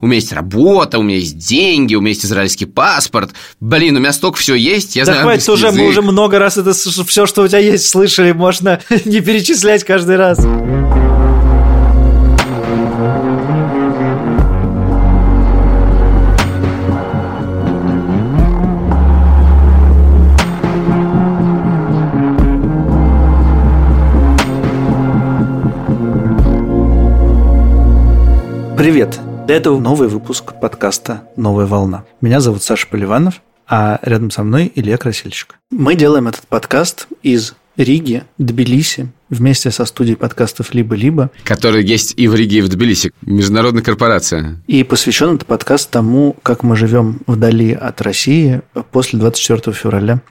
У меня есть работа, у меня есть деньги, у меня есть израильский паспорт. Блин, у меня столько всего есть, я знаю хватит уже, мы уже много раз это все, что у тебя есть, слышали, можно не перечислять каждый раз. Привет! Это новый выпуск подкаста «Новая волна». Меня зовут Саша Поливанов, а рядом со мной Илья Красильщик. Мы делаем этот подкаст из Риги, Тбилиси, вместе со студией подкастов «Либо-либо». Которые есть и в Риге, и в Тбилиси. Международная корпорация. И посвящен этот подкаст тому, как мы живем вдали от России после 24 февраля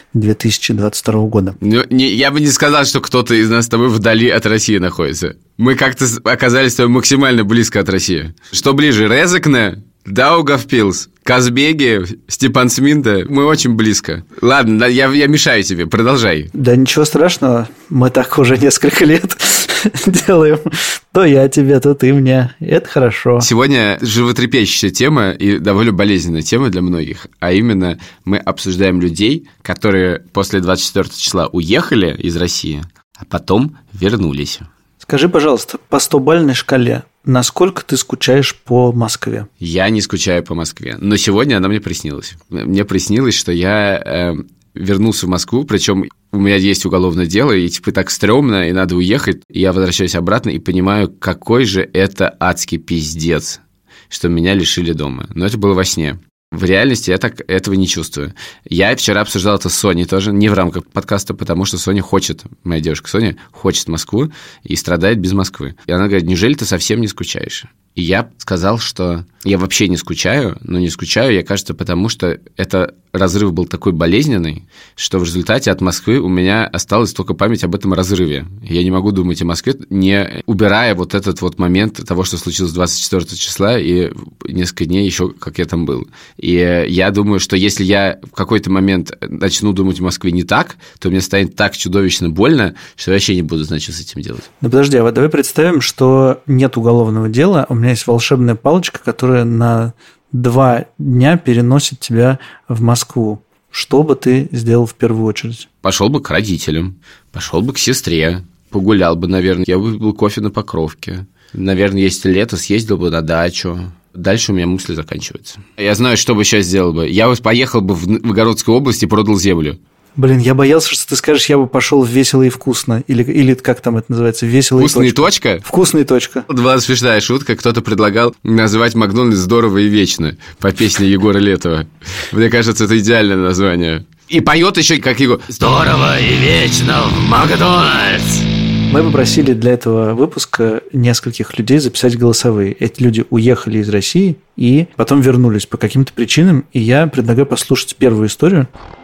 2022 года. Я бы не сказал, что кто-то из нас с тобой вдали от России находится. Мы как-то оказались с тобой максимально близко от России. Что ближе, Резекне, Даугавпилс, Казбеги, Степансминда? Мы очень близко. Ладно, я мешаю тебе, продолжай. Да ничего страшного, мы так уже несколько лет делаем. То я тебе, то ты мне. Это хорошо. Сегодня животрепещущая тема и довольно болезненная тема для многих. А именно, мы обсуждаем людей, которые после 24 числа уехали из России, а потом вернулись. Скажи, пожалуйста, по 100-бальной шкале, насколько ты скучаешь по Москве? Я не скучаю по Москве, но сегодня она мне приснилась. Мне приснилось, что я вернулся в Москву, причем у меня есть уголовное дело, и типа так стрёмно, и надо уехать. И я возвращаюсь обратно и понимаю, какой же это адский пиздец, что меня лишили дома. Но это было во сне. В реальности я так этого не чувствую. Я вчера обсуждал это с Соней тоже, не в рамках подкаста, потому что Соня хочет, моя девушка Соня, хочет Москву и страдает без Москвы. И она говорит, неужели ты совсем не скучаешь? И я сказал, что я вообще не скучаю, но не скучаю я, кажется, потому что это разрыв был такой болезненный, что в результате от Москвы у меня осталась только память об этом разрыве. Я не могу думать о Москве, не убирая вот этот вот момент того, что случилось 24 числа и несколько дней еще, как я там был. И я думаю, что если я в какой-то момент начну думать о Москве не так, то мне станет так чудовищно больно, что я вообще не буду знать, что с этим делать. Ну подожди, а вот давай представим, что нет уголовного дела, у меня есть волшебная палочка, которая на 2 дня переносит тебя в Москву. Что бы ты сделал в первую очередь? Пошел бы к родителям, пошел бы к сестре, погулял бы, наверное. Я выпил кофе на Покровке. Наверное, если лето, съездил бы на дачу. Дальше у меня мысли заканчиваются. Я знаю, что бы сейчас сделал бы. Я поехал бы в Новгородскую область и продал землю. Блин, я боялся, что ты скажешь, я бы пошел в «Весело и вкусно». Или как там это называется? «Весело «Вкусно и точка». точка? «Вкусно и точка». Была смешная шутка. Кто-то предлагал назвать Макдональдс «Здорово и вечно» по песне Егора Летова. Мне кажется, это идеальное название. И поет еще как его «Здорово и вечно в Макдональдс». Мы попросили для этого выпуска нескольких людей записать голосовые. Эти люди уехали из России и потом вернулись по каким-то причинам. И я предлагаю послушать первую историю.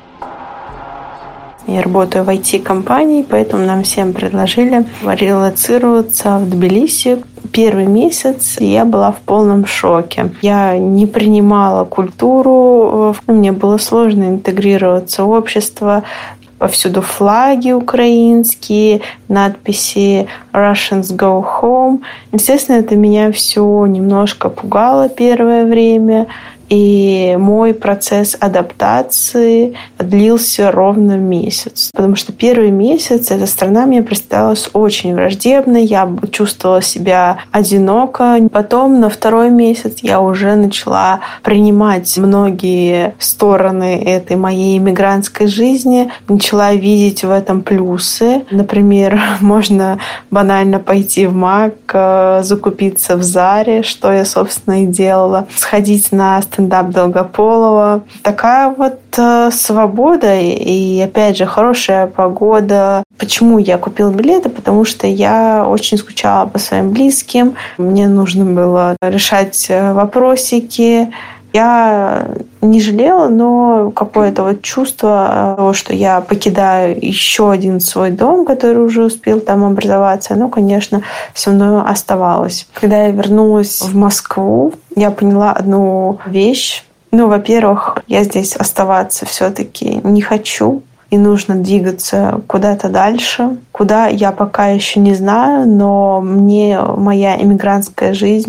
Я работаю в IT-компании, поэтому нам всем предложили релоцироваться в Тбилиси. Первый месяц я была в полном шоке. Я не принимала культуру, мне было сложно интегрироваться в общество. Повсюду флаги украинские, надписи «Russians go home». Естественно, это меня все немножко пугало первое время. И мой процесс адаптации длился ровно месяц. Потому что первый месяц эта страна мне представилась очень враждебной. Я чувствовала себя одиноко. Потом на второй месяц я уже начала принимать многие стороны этой моей иммигрантской жизни. Начала видеть в этом плюсы. Например, можно банально пойти в Мак, закупиться в Заре, что я, собственно, и делала. Сходить на стендап Долгополова. Такая вот свобода и, опять же, хорошая погода. Почему я купила билеты? Потому что я очень скучала по своим близким. Мне нужно было решать вопросики. Я не жалела, но какое-то вот чувство того, что я покидаю еще один свой дом, который уже успел там образоваться, оно, конечно, со мной оставалось. Когда я вернулась в Москву, я поняла одну вещь. Во-первых, я здесь оставаться все-таки не хочу. И нужно двигаться куда-то дальше. Куда я пока еще не знаю, но мне моя иммигрантская жизнь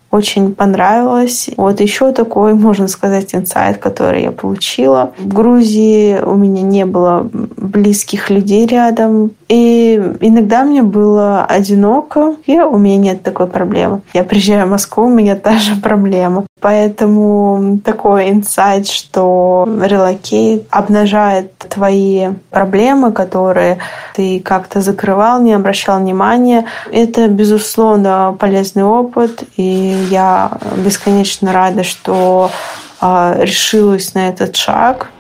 очень понравилось. Вот еще такой, можно сказать, инсайт, который я получила. В Грузии у меня не было близких людей рядом. И иногда мне было одиноко, и у меня нет такой проблемы. Я приезжаю в Москву, у меня та же проблема. Поэтому такой инсайт, что релокейт обнажает твои проблемы, которые ты как-то закрывал, не обращал внимания. Это, безусловно, полезный опыт, и я бесконечно рада, что решилась на этот шаг.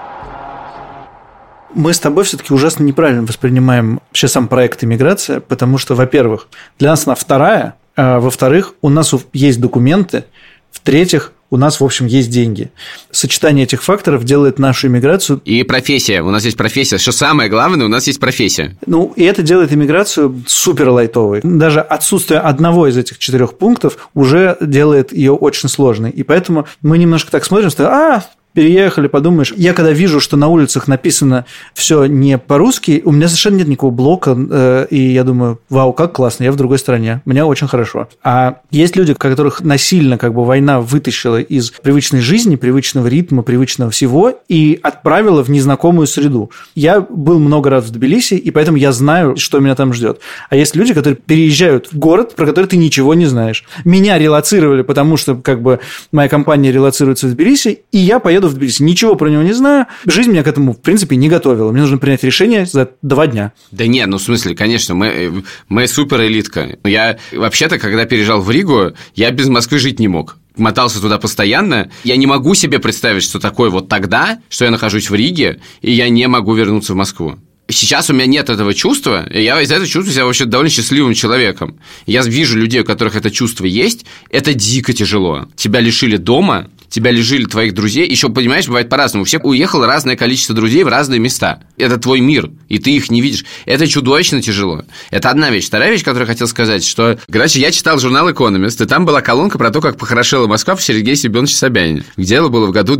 Мы с тобой все-таки ужасно неправильно воспринимаем вообще сам проект «Иммиграция», потому что, во-первых, для нас она вторая, а во-вторых, у нас есть документы, в-третьих, у нас, в общем, есть деньги. Сочетание этих факторов делает нашу иммиграцию... И профессия. У нас есть профессия. Что самое главное, у нас есть профессия. И это делает иммиграцию супер лайтовой. Даже отсутствие одного из этих 4 пунктов уже делает ее очень сложной. И поэтому мы немножко так смотрим, что переехали, подумаешь. Я когда вижу, что на улицах написано все не по-русски, у меня совершенно нет никакого блока, и я думаю, вау, как классно, я в другой стране, мне очень хорошо. А есть люди, которых насильно война вытащила из привычной жизни, привычного ритма, привычного всего и отправила в незнакомую среду. Я был много раз в Тбилиси, и поэтому я знаю, что меня там ждет. А есть люди, которые переезжают в город, про который ты ничего не знаешь. Меня релоцировали, потому что моя компания релоцируется в Тбилиси, и я поеду в Тбилиси. Ничего про него не знаю. Жизнь меня к этому, в принципе, не готовила. Мне нужно принять решение за 2 дня. Да нет, в смысле, конечно, мы супер элитка. Я вообще-то, когда переезжал в Ригу, я без Москвы жить не мог. Мотался туда постоянно. Я не могу себе представить, что такое вот тогда, что я нахожусь в Риге, и я не могу вернуться в Москву. Сейчас у меня нет этого чувства, и я из-за этого чувствую себя вообще довольно счастливым человеком. Я вижу людей, у которых это чувство есть, это дико тяжело. Тебя лишили дома, тебя лишили твоих друзей. Еще, понимаешь, бывает по-разному. У всех уехало разное количество друзей в разные места. Это твой мир, и ты их не видишь. Это чудовищно тяжело. Это одна вещь. Вторая вещь, которую я хотел сказать, что, короче, я читал журнал «Экономист», и там была колонка про то, как похорошела Москва в Сергее Семеновиче Собянине. Дело было в году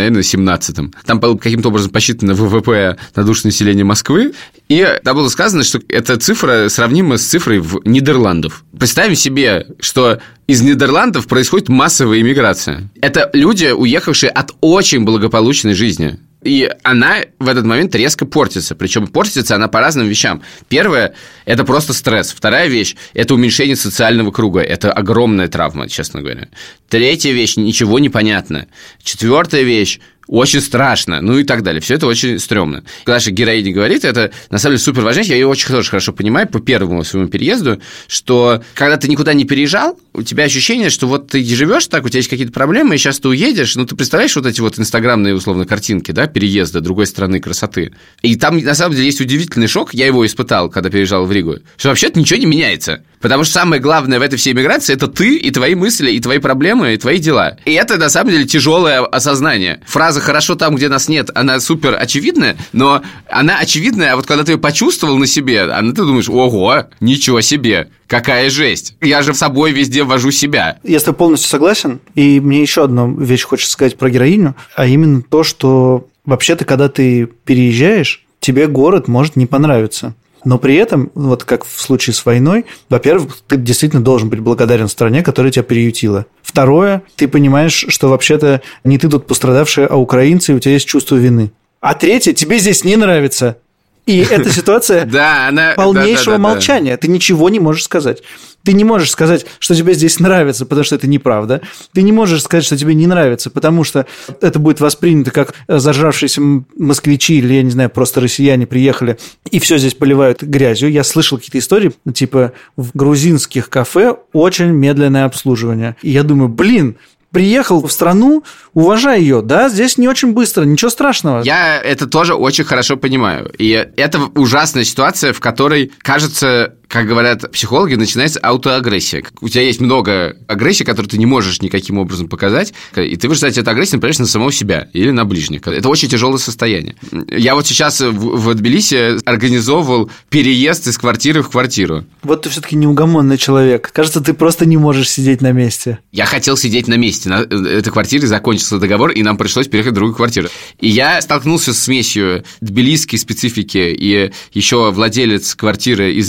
2017. Там было каким-то образом посчитано ВВП на душу населения Москвы, и там было сказано, что эта цифра сравнима с цифрой в Нидерландов. Представим себе, что из Нидерландов происходит массовая иммиграция. Это люди, уехавшие от очень благополучной жизни. И она в этот момент резко портится. Причем портится она по разным вещам. Первое – это просто стресс. Вторая вещь – это уменьшение социального круга. Это огромная травма, честно говоря. Третья вещь – ничего не понятно. Четвертая вещь – очень страшно, и так далее. Все это очень стрёмно. Когда наша героиня говорит, это на самом деле супер важно. Я ее очень тоже хорошо понимаю по первому своему переезду, что когда ты никуда не переезжал, у тебя ощущение, что вот ты живешь так, у тебя есть какие-то проблемы, и сейчас ты уедешь, ты представляешь вот эти вот инстаграмные, условно, картинки, да, переезда другой страны красоты. И там, на самом деле, есть удивительный шок, я его испытал, когда переезжал в Ригу, что вообще-то ничего не меняется. Потому что самое главное в этой всей миграции – это ты и твои мысли, и твои проблемы, и твои дела. И это, на самом деле, тяжелое осознание. Фраза «хорошо там, где нас нет», она супер очевидная, но она очевидная, а вот когда ты ее почувствовал на себе, ты думаешь: ого, ничего себе, какая жесть. Я же с собой везде вожу себя. Я с тобой полностью согласен. И мне еще одну вещь хочется сказать про героиню, а именно то, что вообще-то, когда ты переезжаешь, тебе город может не понравиться. Но при этом, вот как в случае с войной, во-первых, ты действительно должен быть благодарен стране, которая тебя приютила. Второе, ты понимаешь, что вообще-то не ты тут пострадавший, а украинцы, и у тебя есть чувство вины. А третье, тебе здесь не нравится. И эта ситуация полнейшего молчания. Ты ничего не можешь сказать. Ты не можешь сказать, что тебе здесь нравится, потому что это неправда. Ты не можешь сказать, что тебе не нравится, потому что это будет воспринято как зажравшиеся москвичи или, я не знаю, просто россияне приехали и все здесь поливают грязью. Я слышал какие-то истории, типа в грузинских кафе очень медленное обслуживание. И я думаю, приехал в страну, уважай ее, да, здесь не очень быстро, ничего страшного. Я это тоже очень хорошо понимаю. И это ужасная ситуация, в которой, кажется, как говорят психологи, начинается аутоагрессия. У тебя есть много агрессии, которую ты не можешь никаким образом показать, и ты в результате этой агрессии нападаешь на самого себя или на ближних. Это очень тяжелое состояние. Я вот сейчас в Тбилиси организовывал переезд из квартиры в квартиру. Вот ты все-таки неугомонный человек. Кажется, ты просто не можешь сидеть на месте. Я хотел сидеть на месте. На этой квартире закончился договор, и нам пришлось переехать в другую квартиру. И я столкнулся с смесью тбилисской специфики и еще владелец квартиры израильтянин,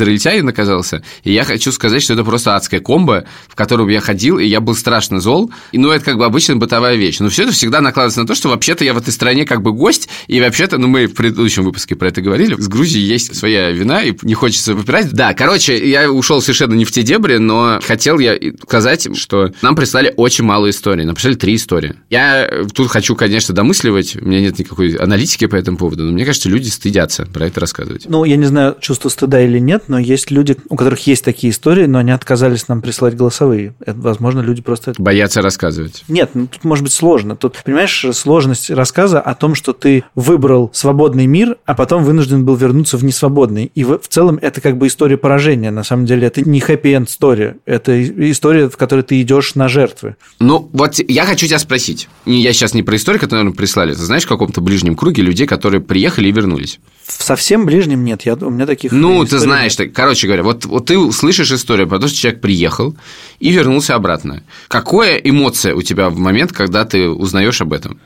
оказался. И я хочу сказать, что это просто адская комбо, в котором я ходил, и я был страшно зол. Ну, это как бы обычная бытовая вещь. Но все это всегда накладывается на то, что вообще-то я в этой стране как бы гость, и вообще-то, мы в предыдущем выпуске про это говорили, с Грузией есть своя вина, и не хочется выпирать. Да, короче, я ушел совершенно не в те дебри, но хотел я сказать, что нам прислали очень мало историй. Нам прислали 3 истории. Я тут хочу, конечно, домысливать, у меня нет никакой аналитики по этому поводу, но мне кажется, люди стыдятся про это рассказывать. Ну, я не знаю, чувство стыда или нет, но есть люди, у которых есть такие истории, но они отказались нам присылать голосовые. Это, возможно, люди просто... Боятся рассказывать. Нет, тут может быть сложно. Тут, понимаешь, сложность рассказа о том, что ты выбрал свободный мир, а потом вынужден был вернуться в несвободный. И в целом это как бы история поражения. На самом деле это не happy-end story. Это история, в которой ты идешь на жертвы. Ну, вот я хочу тебя спросить. Я сейчас не про историю, которую нам прислали. Ты знаешь в каком-то ближнем круге людей, которые приехали и вернулись? В совсем ближнем нет. У меня таких... Ну, ты знаешь, короче говоря, вот ты слышишь историю про то, что человек приехал и вернулся обратно. Какая эмоция у тебя в момент, когда ты узнаешь об этом?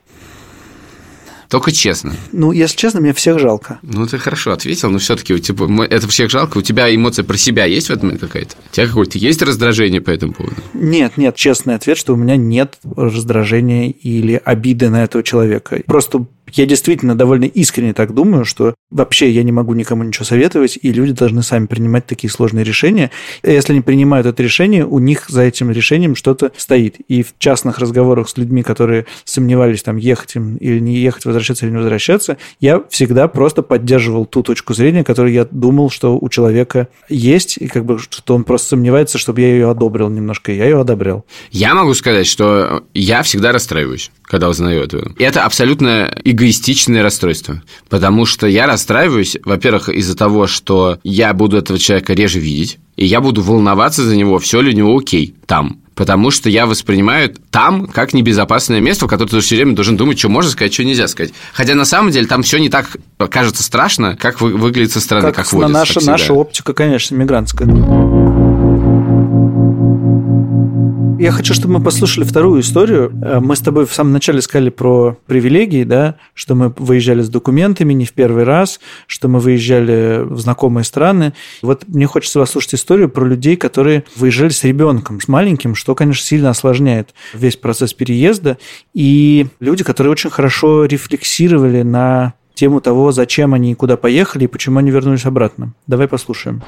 Только честно. Ну, если честно, мне всех жалко. Ну, ты хорошо ответил, но все-таки это всех жалко. У тебя эмоция про себя есть в этом момент какая-то? У тебя какое-то есть раздражение по этому поводу? Нет, честный ответ, что у меня нет раздражения или обиды на этого человека. Просто я действительно довольно искренне так думаю, что вообще я не могу никому ничего советовать, и люди должны сами принимать такие сложные решения. Если они принимают это решение, у них за этим решением что-то стоит. И в частных разговорах с людьми, которые сомневались, там, ехать им или не ехать, возвращаться или не возвращаться, я всегда просто поддерживал ту точку зрения, которую я думал, что у человека есть, и как бы, что он просто сомневается, чтобы я ее одобрил немножко, и я ее одобрял. Я могу сказать, что я всегда расстраиваюсь, когда узнаю это. И это абсолютно эгоистичное расстройство, потому что я расстраиваюсь, во-первых, из-за того, что я буду этого человека реже видеть, и я буду волноваться за него, все ли у него окей там. Потому что я воспринимаю там как небезопасное место, в котором ты все время должен думать, что можно сказать, что нельзя сказать. Хотя на самом деле там все не так кажется страшно, как выглядит со стороны, как водится. Наша оптика, конечно, мигрантская. Я хочу, чтобы мы послушали вторую историю. Мы с тобой в самом начале сказали про привилегии, да, что мы выезжали с документами не в первый раз, что мы выезжали в знакомые страны. Вот мне хочется послушать историю про людей, которые выезжали с ребенком, с маленьким, что, конечно, сильно осложняет весь процесс переезда. И люди, которые очень хорошо рефлексировали на тему того, зачем они и куда поехали, и почему они вернулись обратно. Давай послушаем.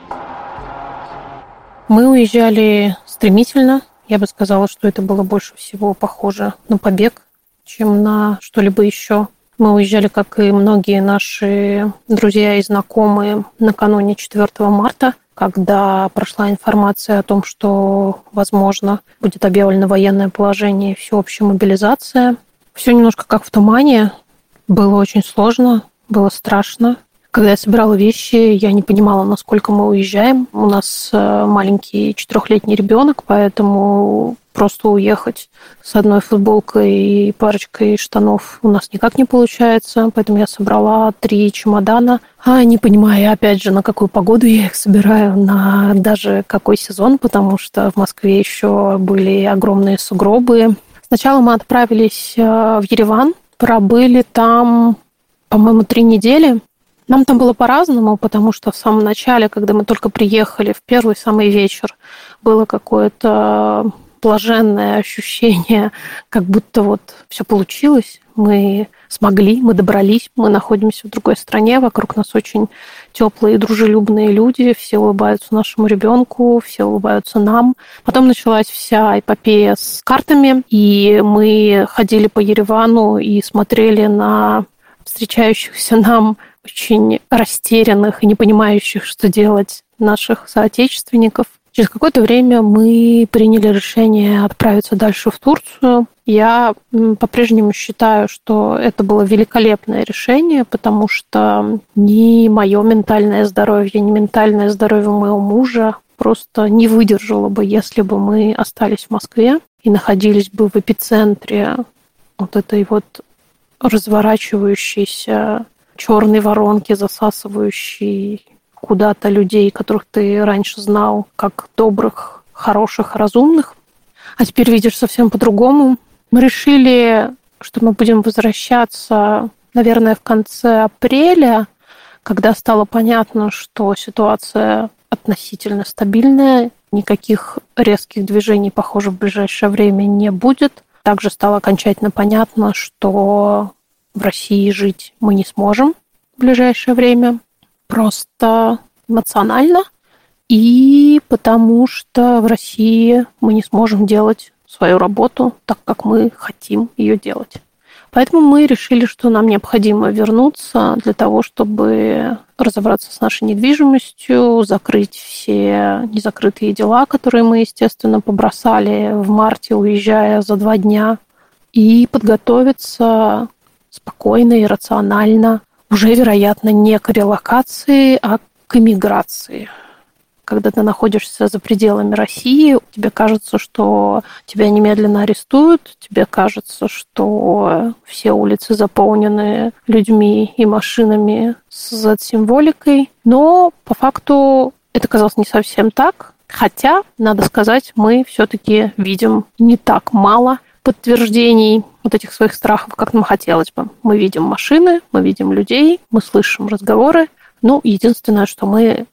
Мы уезжали стремительно. Я бы сказала, что это было больше всего похоже на побег, чем на что-либо еще. Мы уезжали, как и многие наши друзья и знакомые, накануне 4 марта, когда прошла информация о том, что, возможно, будет объявлено военное положение и всеобщая мобилизация. Все немножко как в тумане. Было очень сложно, было страшно. Когда я собирала вещи, я не понимала, насколько мы уезжаем. У нас маленький 4-летний ребенок, поэтому просто уехать с одной футболкой и парочкой штанов у нас никак не получается. Поэтому я собрала 3 чемодана, не понимая, опять же, на какую погоду я их собираю, на даже какой сезон, потому что в Москве еще были огромные сугробы. Сначала мы отправились в Ереван, пробыли там, по-моему, 3 недели. Нам там было по-разному, потому что в самом начале, когда мы только приехали, в первый самый вечер, было какое-то блаженное ощущение, как будто вот все получилось, мы смогли, мы добрались, мы находимся в другой стране, вокруг нас очень теплые и дружелюбные люди, все улыбаются нашему ребенку, все улыбаются нам. Потом началась вся эпопея с картами, и мы ходили по Еревану и смотрели на встречающихся нам очень растерянных и не понимающих, что делать, наших соотечественников. Через какое-то время мы приняли решение отправиться дальше в Турцию. Я по-прежнему считаю, что это было великолепное решение, потому что ни мое ментальное здоровье, ни ментальное здоровье моего мужа просто не выдержало бы, если бы мы остались в Москве и находились бы в эпицентре вот этой вот разворачивающейся черной воронки, засасывающей куда-то людей, которых ты раньше знал как добрых, хороших, разумных. А теперь видишь совсем по-другому. Мы решили, что мы будем возвращаться, наверное, в конце апреля, Когда стало понятно, что ситуация относительно стабильная, никаких резких движений, похоже, в ближайшее время не будет, также стало окончательно понятно, что в России жить мы не сможем в ближайшее время, просто эмоционально, и потому что в России мы не сможем делать свою работу так, как мы хотим ее делать. Поэтому мы решили, что нам необходимо вернуться для того, чтобы разобраться с нашей недвижимостью, закрыть все незакрытые дела, которые мы, естественно, побросали в марте, уезжая за 2 дня, и подготовиться спокойно и рационально, уже, вероятно, не к релокации, а к эмиграции. Когда ты находишься за пределами России, тебе кажется, что тебя немедленно арестуют, тебе кажется, что все улицы заполнены людьми и машинами с Z-символикой, но по факту это казалось не совсем так, хотя, надо сказать, мы все-таки видим не так мало подтверждений вот этих своих страхов, как нам хотелось бы. Мы видим машины, мы видим людей, мы слышим разговоры, единственное, что мы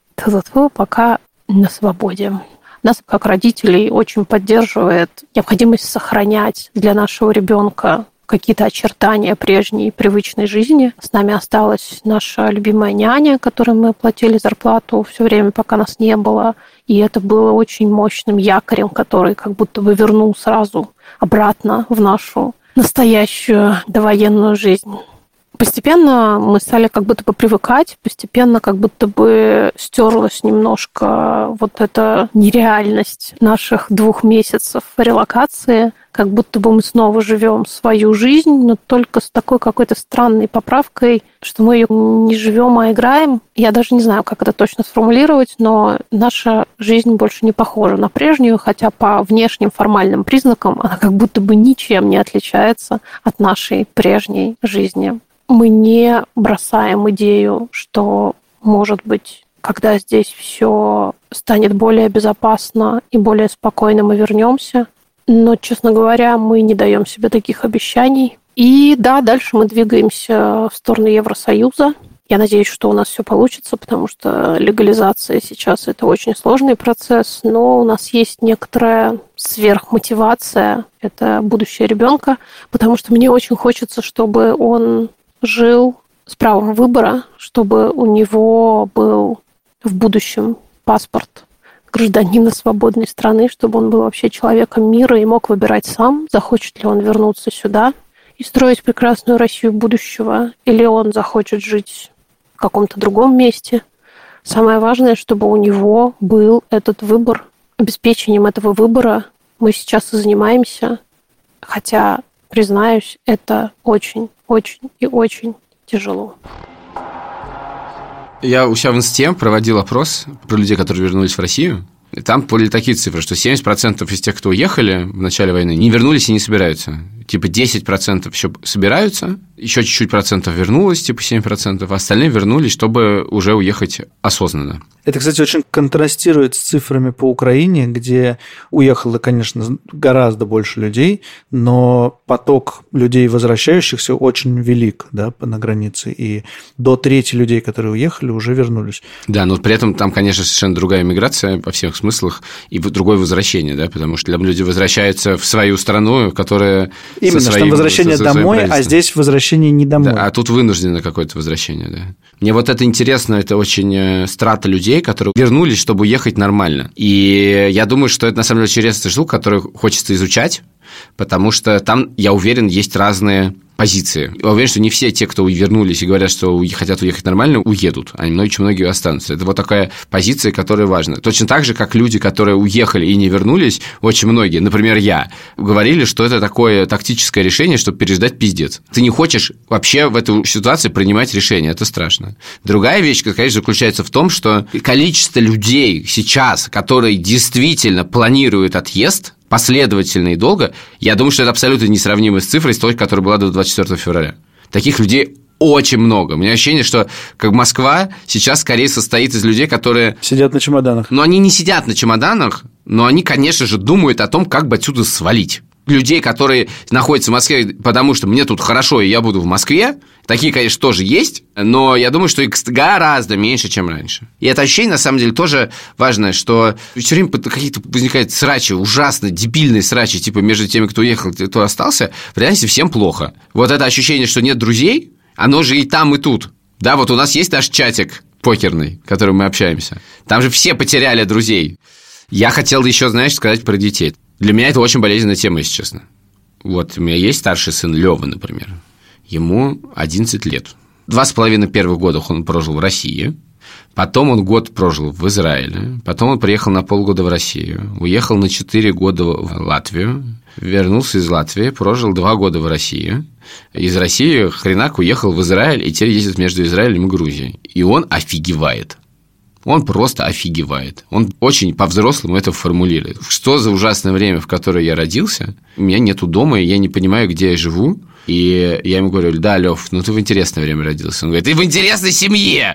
пока на свободе. Нас, как родителей, очень поддерживает необходимость сохранять для нашего ребенка какие-то очертания прежней привычной жизни. С нами осталась наша любимая няня, которой мы платили зарплату все время, пока нас не было. И это было очень мощным якорем, который как будто бы вернул сразу обратно в нашу настоящую довоенную жизнь. Постепенно мы стали как будто бы привыкать, постепенно как будто бы стерлась немножко вот эта нереальность наших 2 месяцев релокации, как будто бы мы снова живем свою жизнь, но только с такой какой-то странной поправкой, что мы ее не живем, а играем. Я даже не знаю, как это точно сформулировать, но наша жизнь больше не похожа на прежнюю, хотя по внешним формальным признакам она как будто бы ничем не отличается от нашей прежней жизни. Мы не бросаем идею, что, может быть, когда здесь все станет более безопасно и более спокойно, мы вернемся. Но, честно говоря, мы не даем себе таких обещаний. И да, дальше мы двигаемся в сторону Евросоюза. Я надеюсь, что у нас все получится, потому что легализация сейчас – это очень сложный процесс, но у нас есть некоторая сверхмотивация – это будущее ребенка, потому что мне очень хочется, чтобы он жил с правом выбора, чтобы у него был в будущем паспорт гражданина свободной страны, чтобы он был вообще человеком мира и мог выбирать сам, захочет ли он вернуться сюда и строить прекрасную Россию будущего, или он захочет жить в каком-то другом месте. Самое важное, чтобы у него был этот выбор. Обеспечением этого выбора мы сейчас и занимаемся, хотя, признаюсь, это очень и очень тяжело. Я у себя в Инсте проводил опрос про людей, которые вернулись в Россию. И там были такие цифры, что 70% из тех, кто уехали в начале войны, не вернулись и не собираются. Типа 10% еще собираются, еще чуть-чуть процентов вернулось, типа 7%, а остальные вернулись, чтобы уже уехать осознанно. Это, кстати, очень контрастирует с цифрами по Украине, где уехало, конечно, гораздо больше людей, но поток людей, возвращающихся, очень велик, да, на границе, и до трети людей, которые уехали, уже вернулись. Да, но при этом там, конечно, совершенно другая миграция во всех смыслах и другое возвращение, да, потому что там люди возвращаются в свою страну, которая... Именно, что там возвращение домой, а здесь возвращение не домой. Да, а тут вынуждено какое-то возвращение, да. Мне вот это интересно, это очень страта людей, которые вернулись, чтобы уехать нормально. И я думаю, что это, на самом деле, очень интересная штука, которую хочется изучать, потому что там, я уверен, есть разные позиции. Я уверен, что не все те, кто вернулись и говорят, что хотят уехать нормально, уедут, а очень многие останутся. Это вот такая позиция, которая важна. Точно так же, как люди, которые уехали и не вернулись, очень многие, например, я, говорили, что это такое тактическое решение, чтобы переждать пиздец. Ты не хочешь вообще в этой ситуации принимать решение, это страшно. Другая вещь, конечно, заключается в том, что количество людей сейчас, которые действительно планируют отъезд, последовательно и долго, я думаю, что это абсолютно несравнимо с цифрой, с той, которая была до 24 февраля. Таких людей очень много. У меня ощущение, что как Москва сейчас скорее состоит из людей, которые... Сидят на чемоданах. Но они не сидят на чемоданах, но они, конечно же, думают о том, как бы отсюда свалить. людей, которые находятся в Москве, потому что мне тут хорошо, и я буду в Москве, такие, конечно, тоже есть, но я думаю, что их гораздо меньше, чем раньше. И это ощущение, на самом деле, тоже важное, что все время какие-то возникают срачи, ужасно дебильные срачи, типа между теми, кто уехал, и кто остался, в реальности всем плохо. Вот это ощущение, что нет друзей, оно же и там, и тут. Да, вот у нас есть наш чатик покерный, в котором мы общаемся. Там же все потеряли друзей. Я хотел еще, знаешь, сказать про детей. Для меня это очень болезненная тема, если честно. Вот у меня есть старший сын Лёва, например. Ему 11 лет. 2,5 первых года он прожил в России. Потом он год прожил в Израиле. Потом он приехал на полгода в Россию. Уехал на 4 года в Латвию. Вернулся из Латвии, прожил 2 года в России. Из России хренак уехал в Израиль и теперь ездит между Израилем и Грузией. И он офигевает. Он просто офигевает. Он очень по-взрослому это формулирует. Что за ужасное время, в которое я родился? У меня нету дома, и я не понимаю, где я живу. И я ему говорю: да, Лёв, ну ты в интересное время родился. Он говорит: ты в интересной семье!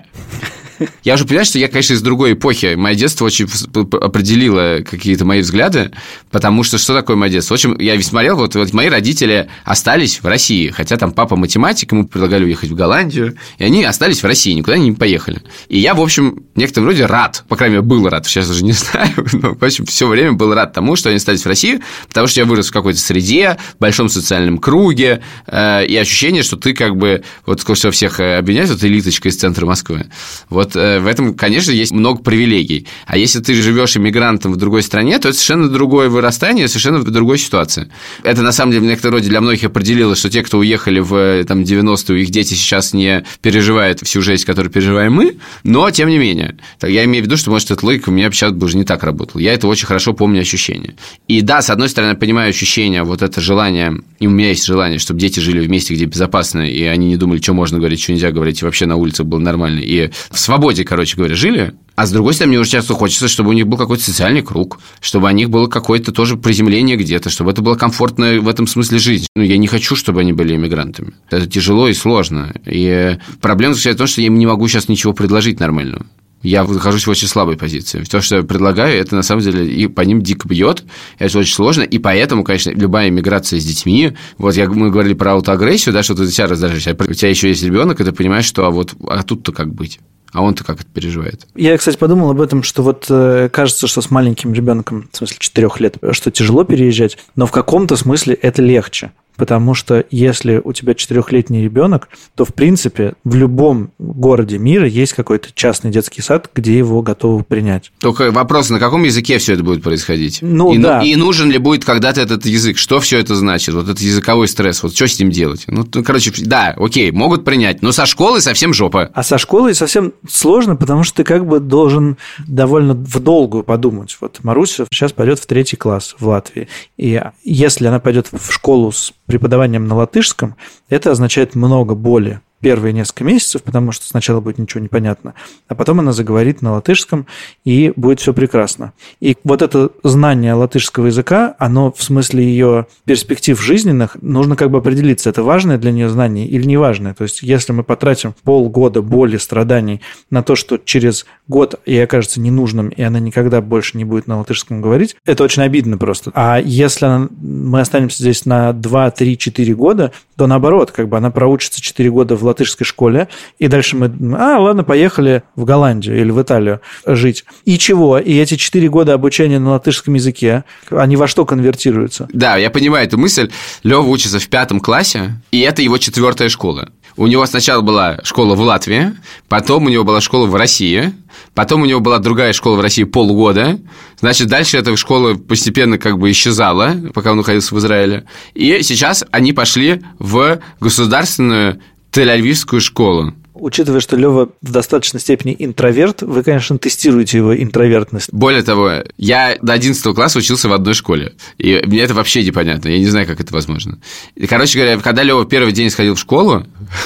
Я уже понимаю, что я, конечно, из другой эпохи. Мое детство очень определило какие-то мои взгляды, потому что такое мое детство? В общем, я смотрел, вот мои родители остались в России, хотя там папа математик, ему предлагали уехать в Голландию, и они остались в России, никуда не поехали. И я, в общем, в некотором роде рад, по крайней мере, был рад, сейчас уже не знаю, но, в общем, все время был рад тому, что они остались в России, потому что я вырос в какой-то среде, в большом социальном круге, и ощущение, что ты как бы, вот что всех обвиняют, вот элиточка из центра Москвы. Вот в этом, конечно, есть много привилегий. А если ты живешь иммигрантом в другой стране, то это совершенно другое вырастание, совершенно другая ситуация. Это, на самом деле, в некотором роде для многих определило, что те, кто уехали в 90-е, их дети сейчас не переживают всю жизнь, которую переживаем мы, но, тем не менее. Я имею в виду, что, может, эта логика у меня сейчас бы уже не так работала. Я это очень хорошо помню ощущение. И да, с одной стороны, я понимаю ощущение, вот это желание, и у меня есть желание, чтобы дети жили в месте, где безопасно, и они не думали, что можно говорить, что нельзя говорить, и вообще на улице было нормально, и в свободе, короче говоря, жили. А с другой стороны, мне уже часто хочется, чтобы у них был какой-то социальный круг, чтобы у них было какое-то тоже приземление где-то, чтобы это было комфортно в этом смысле жизнь. Ну, я не хочу, чтобы они были иммигрантами. Это тяжело и сложно. И проблема заключается в том, что я им не могу сейчас ничего предложить нормального. Я нахожусь в очень слабой позиции. То, что я предлагаю, это на самом деле и по ним дико бьет, это очень сложно, и поэтому, конечно, любая иммиграция с детьми, вот мы говорили про аутоагрессию, да, что ты себя раздражаешь, а у тебя еще есть ребенок, и ты понимаешь, что а тут-то как быть? А он-то как это переживает? Я, кстати, подумал об этом, что вот кажется, что с маленьким ребенком, в смысле 4 лет, что тяжело переезжать, но в каком-то смысле это легче. Потому что если у тебя 4-летний ребенок, то, в принципе, в любом городе мира есть какой-то частный детский сад, где его готовы принять. Только вопрос, на каком языке все это будет происходить? Да. И нужен ли будет когда-то этот язык? Что все это значит? Вот этот языковой стресс, вот что с ним делать? Короче, да, окей, могут принять, но со школы совсем жопа. А со школой совсем сложно, потому что ты как бы должен довольно в долгую подумать. Вот Маруся сейчас пойдет в 3 класс в Латвии, и если она пойдет в школу с преподаванием на латышском, это означает много боли первые несколько месяцев, потому что сначала будет ничего не понятно, а потом она заговорит на латышском, и будет все прекрасно. И вот это знание латышского языка, оно в смысле ее перспектив жизненных, нужно как бы определиться, это важное для нее знание или не важное. То есть, если мы потратим полгода боли, страданий на то, что через год ей окажется ненужным, и она никогда больше не будет на латышском говорить, это очень обидно просто. А если мы останемся здесь на 2, 3, 4 года, то наоборот, как бы она проучится 4 года в латышской школе, и дальше мы, ладно, поехали в Голландию или в Италию жить. И чего? И эти 4 года обучения на латышском языке, они во что конвертируются? Да, я понимаю эту мысль. Лёва учится в 5 классе, и это его 4-я школа. У него сначала была школа в Латвии, потом у него была школа в России, потом у него была другая школа в России полгода. Значит, дальше эта школа постепенно как бы исчезала, пока он находился в Израиле. И сейчас они пошли в государственную Тель-Авивскую школу. Учитывая, что Лёва в достаточной степени интроверт, вы, конечно, тестируете его интровертность. Более того, я до 11 класса учился в одной школе, и мне это вообще непонятно, я не знаю, как это возможно. И, короче говоря, когда Лёва первый день сходил в школу,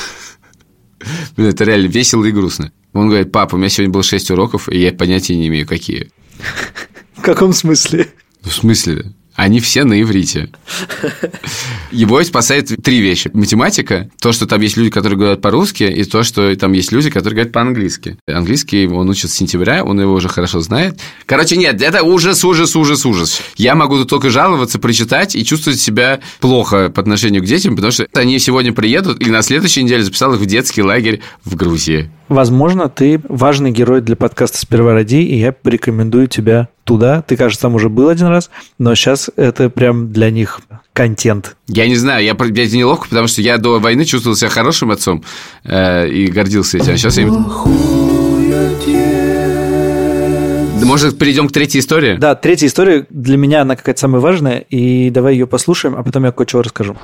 это реально весело и грустно. Он говорит: папа, у меня сегодня было 6 уроков, и я понятия не имею, какие. В каком смысле? В смысле? Они все на иврите. Его спасает 3 вещи. Математика, то, что там есть люди, которые говорят по-русски, и то, что там есть люди, которые говорят по-английски. Английский он учит с сентября, он его уже хорошо знает. Короче, нет, это ужас. Я могу тут только жаловаться, прочитать и чувствовать себя плохо по отношению к детям, потому что они сегодня приедут, и на следующей неделе записал их в детский лагерь в Грузии. Возможно, ты важный герой для подкаста «Сперва роди», и я порекомендую тебя туда. Ты, кажется, там уже был один раз, но сейчас это прям для них контент. Я не знаю, я неловко, потому что я до войны чувствовал себя хорошим отцом и гордился этим. А сейчас я... Может, перейдем к 3-й истории? Да, 3-я история для меня, она какая-то самая важная, и давай ее послушаем, а потом я кое-что расскажу.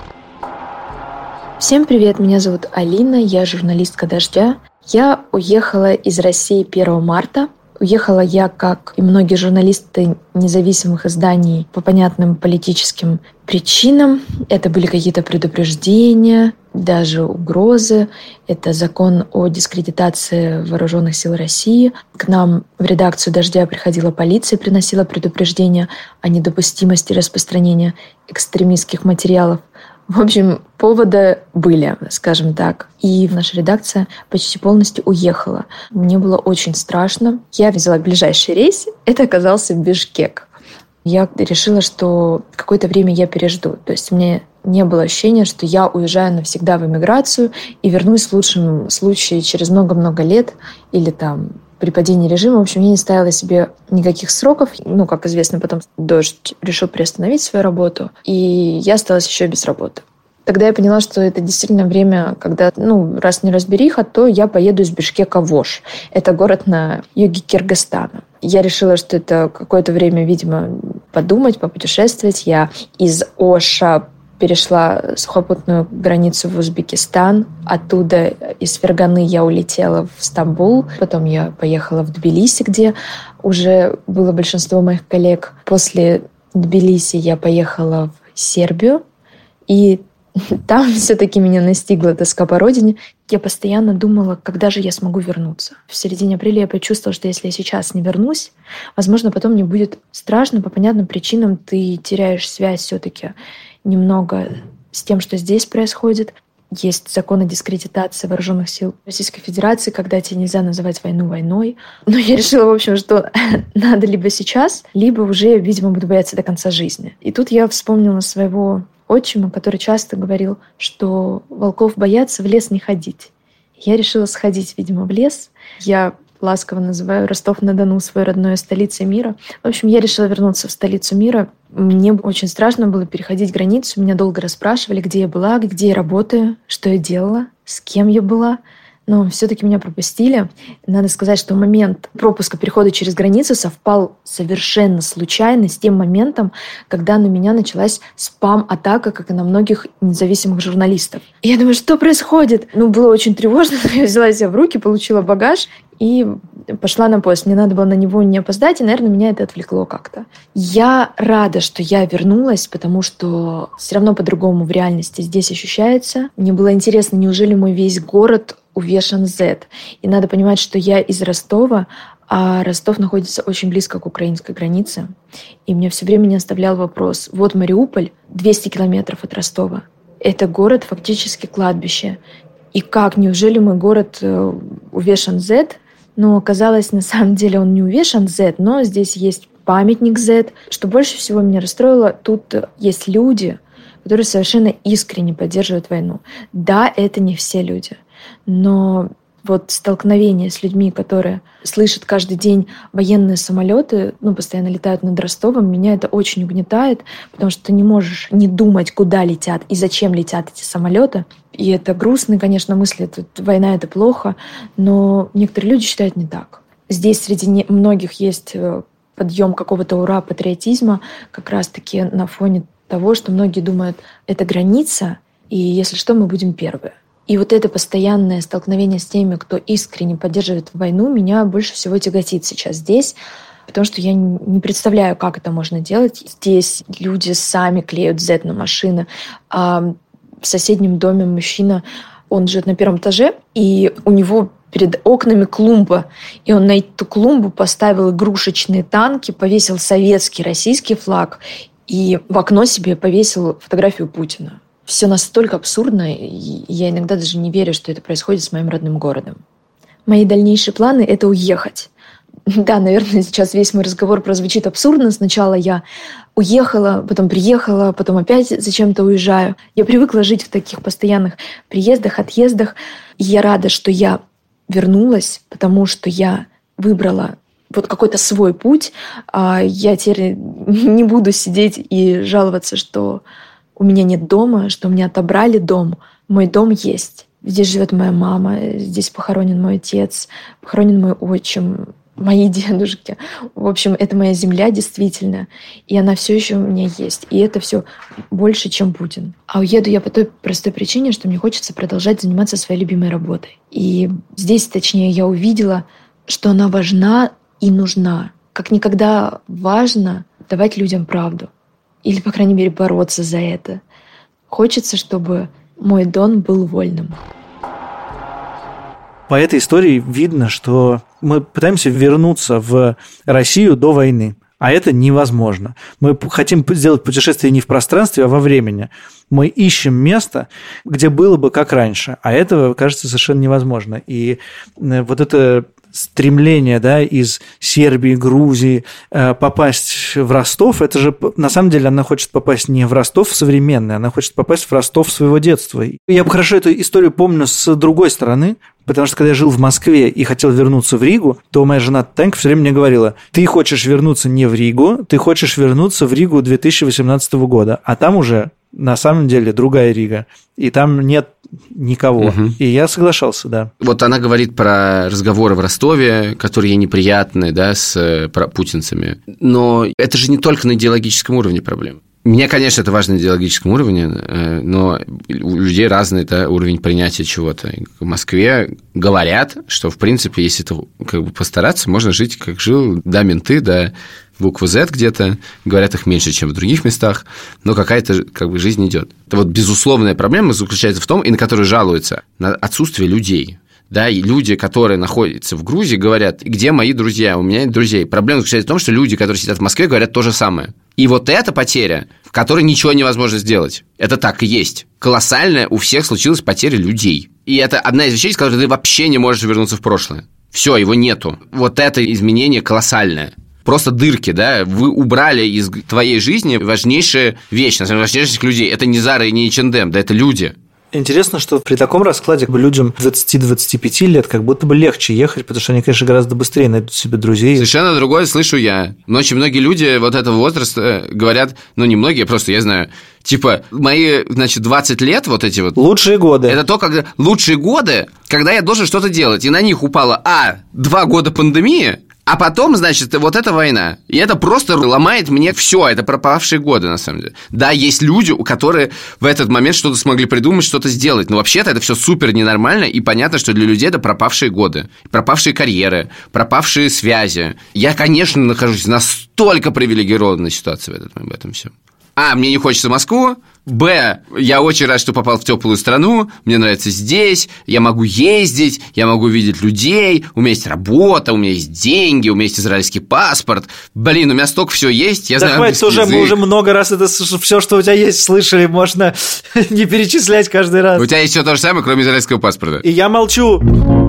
Всем привет, меня зовут Алина, я журналистка «Дождя». Я уехала из России 1 марта. Уехала я, как и многие журналисты независимых изданий, по понятным политическим причинам. Это были какие-то предупреждения, даже угрозы. Это закон о дискредитации вооруженных сил России. К нам в редакцию «Дождя» приходила полиция, приносила предупреждения о недопустимости распространения экстремистских материалов. В общем, поводы были, скажем так. И наша редакция почти полностью уехала. Мне было очень страшно. Я взяла ближайший рейс. Это оказался Бишкек. Я решила, что какое-то время я пережду. То есть мне не было ощущения, что я уезжаю навсегда в эмиграцию и вернусь в лучшем случае через много-много лет или там при падении режима. В общем, я не ставила себе никаких сроков. Как известно, потом «Дождь» решил приостановить свою работу, и я осталась еще без работы. Тогда я поняла, что это действительно время, когда, раз не разбериха, то я поеду из Бишкека в Ош. Это город на юге Кыргызстана. Я решила, что это какое-то время, видимо, подумать, попутешествовать. Я из Оша перешла сухопутную границу в Узбекистан. Оттуда из Ферганы я улетела в Стамбул. Потом я поехала в Тбилиси, где уже было большинство моих коллег. После Тбилиси я поехала в Сербию. И там все-таки меня настигла тоска по родине. Я постоянно думала, когда же я смогу вернуться. В середине апреля я почувствовала, что если я сейчас не вернусь, возможно, потом мне будет страшно. По понятным причинам ты теряешь связь все-таки немного с тем, что здесь происходит. Есть закон о дискредитации вооруженных сил Российской Федерации, когда тебе нельзя называть войну войной. Но я решила, в общем, что надо либо сейчас, либо уже, видимо, буду бояться до конца жизни. И тут я вспомнила своего отчима, который часто говорил, что волков боятся, в лес не ходить. Я решила сходить, видимо, в лес. Я ласково называю Ростов-на-Дону своей родной столицей мира. В общем, я решила вернуться в столицу мира. Мне очень страшно было переходить границу. Меня долго расспрашивали, где я была, где я работаю, что я делала, с кем я была. Но все-таки меня пропустили. Надо сказать, что момент пропуска перехода через границу совпал совершенно случайно с тем моментом, когда на меня началась спам-атака, как и на многих независимых журналистов. И я думаю, что происходит? Было очень тревожно, но я взяла себя в руки, получила багаж и пошла на поезд. Мне надо было на него не опоздать, и, наверное, меня это отвлекло как-то. Я рада, что я вернулась, потому что все равно по-другому в реальности здесь ощущается. Мне было интересно, неужели мой весь город увешан Z. И надо понимать, что я из Ростова, а Ростов находится очень близко к украинской границе. И меня все время не оставлял вопрос. Вот Мариуполь, 200 километров от Ростова. Это город фактически кладбище. И как? Неужели мой город увешан Z? Но оказалось, на самом деле он не увешан Z, но здесь есть памятник Z. Что больше всего меня расстроило, тут есть люди, которые совершенно искренне поддерживают войну. Да, это не все люди. Но вот столкновение с людьми, которые слышат каждый день военные самолеты, постоянно летают над Ростовом, меня это очень угнетает, потому что ты не можешь не думать, куда летят и зачем летят эти самолеты. И это грустные, конечно, мысли. Война — это плохо, но некоторые люди считают не так. Здесь среди многих есть подъем какого-то ура-патриотизма, как раз-таки на фоне того, что многие думают, это граница, и если что, мы будем первые. И вот это постоянное столкновение с теми, кто искренне поддерживает войну, меня больше всего тяготит сейчас здесь, потому что я не представляю, как это можно делать. Здесь люди сами клеют Z на машины, а в соседнем доме мужчина, он живет на 1 этаже, и у него перед окнами клумба, и он на эту клумбу поставил игрушечные танки, повесил советский, российский флаг и в окно себе повесил фотографию Путина. Все настолько абсурдно, и я иногда даже не верю, что это происходит с моим родным городом. Мои дальнейшие планы – это уехать. Да, наверное, сейчас весь мой разговор прозвучит абсурдно. Сначала я уехала, потом приехала, потом опять зачем-то уезжаю. Я привыкла жить в таких постоянных приездах, отъездах. И я рада, что я вернулась, потому что я выбрала вот какой-то свой путь. Я теперь не буду сидеть и жаловаться, что у меня нет дома, что мне отобрали дом. Мой дом есть. Здесь живет моя мама, здесь похоронен мой отец, похоронен мой отчим, мои дедушки. В общем, это моя земля действительно, и она все еще у меня есть. И это все больше, чем Путин. А уеду я по той простой причине, что мне хочется продолжать заниматься своей любимой работой. И здесь, точнее, я увидела, что она важна и нужна. Как никогда важно давать людям правду. Или, по крайней мере, бороться за это. Хочется, чтобы мой Дон был вольным. По этой истории видно, что мы пытаемся вернуться в Россию до войны, а это невозможно. Мы хотим сделать путешествие не в пространстве, а во времени. Мы ищем место, где было бы как раньше, а этого, кажется, совершенно невозможно. И вот это стремление, да, из Сербии, Грузии попасть в Ростов, это же, на самом деле, она хочет попасть не в Ростов современный, она хочет попасть в Ростов своего детства. Я хорошо эту историю помню с другой стороны, потому что, когда я жил в Москве и хотел вернуться в Ригу, то моя жена Танька все время мне говорила: ты хочешь вернуться не в Ригу, ты хочешь вернуться в Ригу 2018 года, а там уже на самом деле другая Рига, и там нет никого. Угу. И я соглашался, да. Вот она говорит про разговоры в Ростове, которые ей неприятны, да, с путинцами. Но это же не только на идеологическом уровне проблема. Мне, конечно, это важно на идеологическом уровне, но у людей разный, да, уровень принятия чего-то. В Москве говорят, что, в принципе, если это как бы постараться, можно жить, как жил, да, менты, да, буквы Z где-то, говорят их меньше, чем в других местах, но какая-то как бы жизнь идет. Это вот безусловная проблема заключается в том, и на которую жалуются, на отсутствие людей. Да, и люди, которые находятся в Грузии, говорят: где мои друзья? У меня нет друзей. Проблема заключается в том, что люди, которые сидят в Москве, говорят то же самое. И вот эта потеря, в которой ничего невозможно сделать, это так и есть. Колоссальная у всех случилась потеря людей. И это одна из вещей, с которой ты вообще не можешь вернуться в прошлое. Все, его нету. Вот это изменение колоссальное. Просто дырки, да, вы убрали из твоей жизни важнейшая вещь, важнейших людей. Это не Зара и не H&M, да, это люди. Интересно, что при таком раскладе людям 20-25 лет как будто бы легче ехать, потому что они, конечно, гораздо быстрее найдут себе друзей. Совершенно другое слышу я. Но очень многие люди вот этого возраста говорят, ну, не многие, просто я знаю, типа, мои, значит, 20 лет вот эти вот... Лучшие годы. Это то, когда... Лучшие годы, когда я должен что-то делать, и на них упало, 2 года пандемии, а потом, значит, вот эта война. И это просто ломает мне все. Это пропавшие годы, на самом деле. Да, есть люди, которые в этот момент что-то смогли придумать, что-то сделать. Но вообще-то это все супер ненормально. И понятно, что для людей это пропавшие годы. Пропавшие карьеры, пропавшие связи. Я, конечно, нахожусь в настолько привилегированной ситуации в этом всем. Мне не хочется Москву. Б, я очень рад, что попал в теплую страну. Мне нравится здесь. Я могу ездить, я могу видеть людей. У меня есть работа, у меня есть деньги, у меня есть израильский паспорт. Блин, у меня столько всего есть. Я знаю, хватит, мы уже много раз это все, что у тебя есть, слышали. Можно не перечислять каждый раз. У тебя есть все то же самое, кроме израильского паспорта. И я молчу.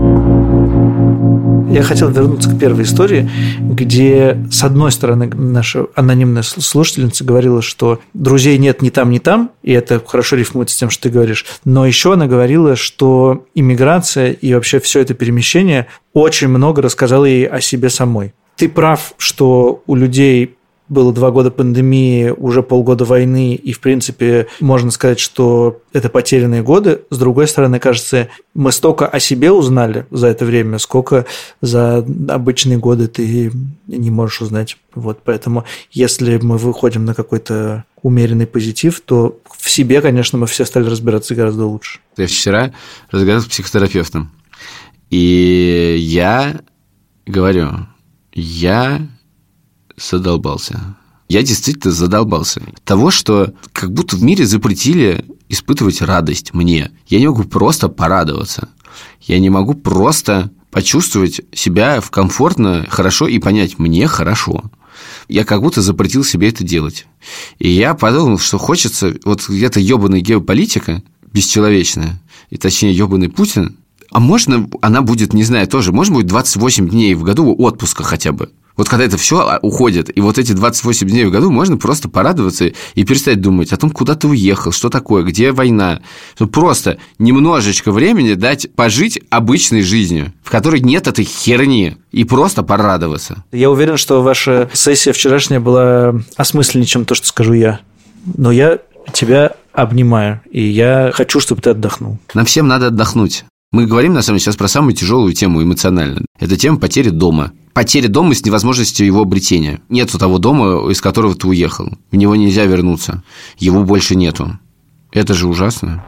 Я хотел вернуться к первой истории, где, с одной стороны, наша анонимная слушательница говорила, что друзей нет ни там, и это хорошо рифмуется с тем, что ты говоришь, но еще она говорила, что иммиграция и вообще все это перемещение очень много рассказало ей о себе самой. Ты прав, что у людей было 2 года пандемии, уже полгода войны, и, в принципе, можно сказать, что это потерянные годы. С другой стороны, кажется, мы столько о себе узнали за это время, сколько за обычные годы ты не можешь узнать. Вот, поэтому, если мы выходим на какой-то умеренный позитив, то в себе, конечно, мы все стали разбираться гораздо лучше. Я вчера разговаривал с психотерапевтом, и я говорю, я задолбался. Я действительно задолбался. Того, что как будто в мире запретили испытывать радость мне. Я не могу просто порадоваться. Я не могу просто почувствовать себя комфортно, хорошо и понять, мне хорошо. я как будто запретил себе это делать. И я подумал, что хочется вот где-то ёбаная геополитика бесчеловечная, и точнее ёбаный Путин, а можно она будет, не знаю, тоже, можно будет 28 дней в году отпуска хотя бы. Вот когда это все уходит, и вот эти 28 дней в году можно просто порадоваться и перестать думать о том, куда ты уехал, что такое, где война. Просто немножечко времени дать пожить обычной жизнью, в которой нет этой херни, и просто порадоваться. Я уверен, что ваша сессия вчерашняя была осмысленнее, чем то, что скажу я. Но я тебя обнимаю, и я хочу, чтобы ты отдохнул. Нам всем надо отдохнуть. Мы говорим, на самом деле, сейчас про самую тяжелую тему эмоционально. Это тема потери дома. Потеря дома с невозможностью его обретения. Нету того дома, из которого ты уехал. В него нельзя вернуться. Его больше нету. Это же ужасно.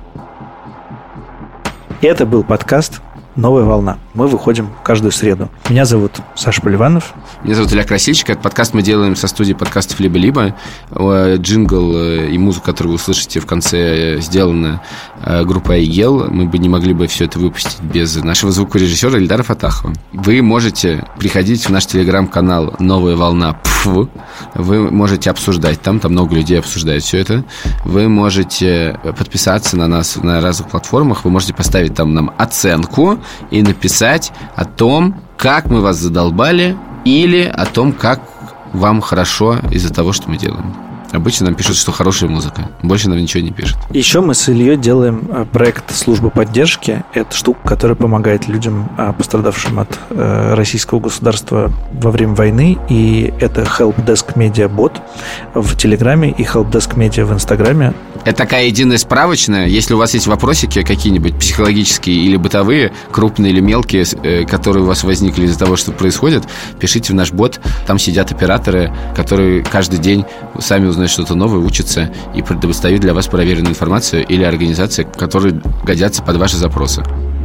Это был подкаст «Новая волна». Мы выходим каждую среду. Меня зовут Саша Поливанов. Меня зовут Илья Красильщик. Этот подкаст мы делаем со студии подкастов «Либо-либо». Джингл и музыку, которую вы услышите в конце, сделана группой «Айгел». Мы бы не могли бы все это выпустить без нашего звукорежиссера Ильдара Фатахова. Вы можете приходить в наш телеграм-канал «Новая волна». Вы можете обсуждать там много людей обсуждает все это. Вы можете подписаться на нас на разных платформах. Вы можете поставить там нам оценку и написать о том, как мы вас задолбали, или о том, как вам хорошо из-за того, что мы делаем. Обычно нам пишут, что хорошая музыка. Больше нам ничего не пишут. Еще мы с Ильей делаем проект «Служба поддержки». Это штука, которая помогает людям, пострадавшим от российского государства во время войны. И это Helpdesk Media Bot в Телеграме и Helpdesk Media в Инстаграме. Это такая единая справочная. Если у вас есть вопросики какие-нибудь психологические или бытовые, крупные или мелкие, которые у вас возникли из-за того, что происходит, пишите в наш бот. Там сидят операторы, которые каждый день сами узнают что-то новое, учатся и предоставят для вас проверенную информацию или организации, которые годятся под ваши запросы.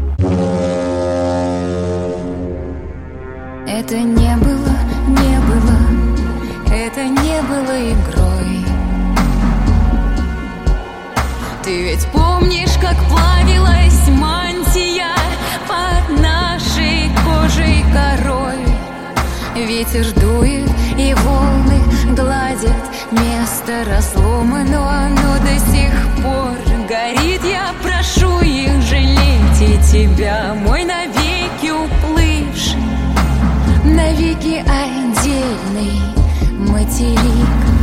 Это не было, это не было игрой. Ты ведь помнишь, как плавилась мантия под нашей кожей корой? Ветер дует, и волны гладят место разлома, но оно до сих пор горит. Я прошу их жалеть и тебя, мой навеки уплывший, навеки отдельный материк.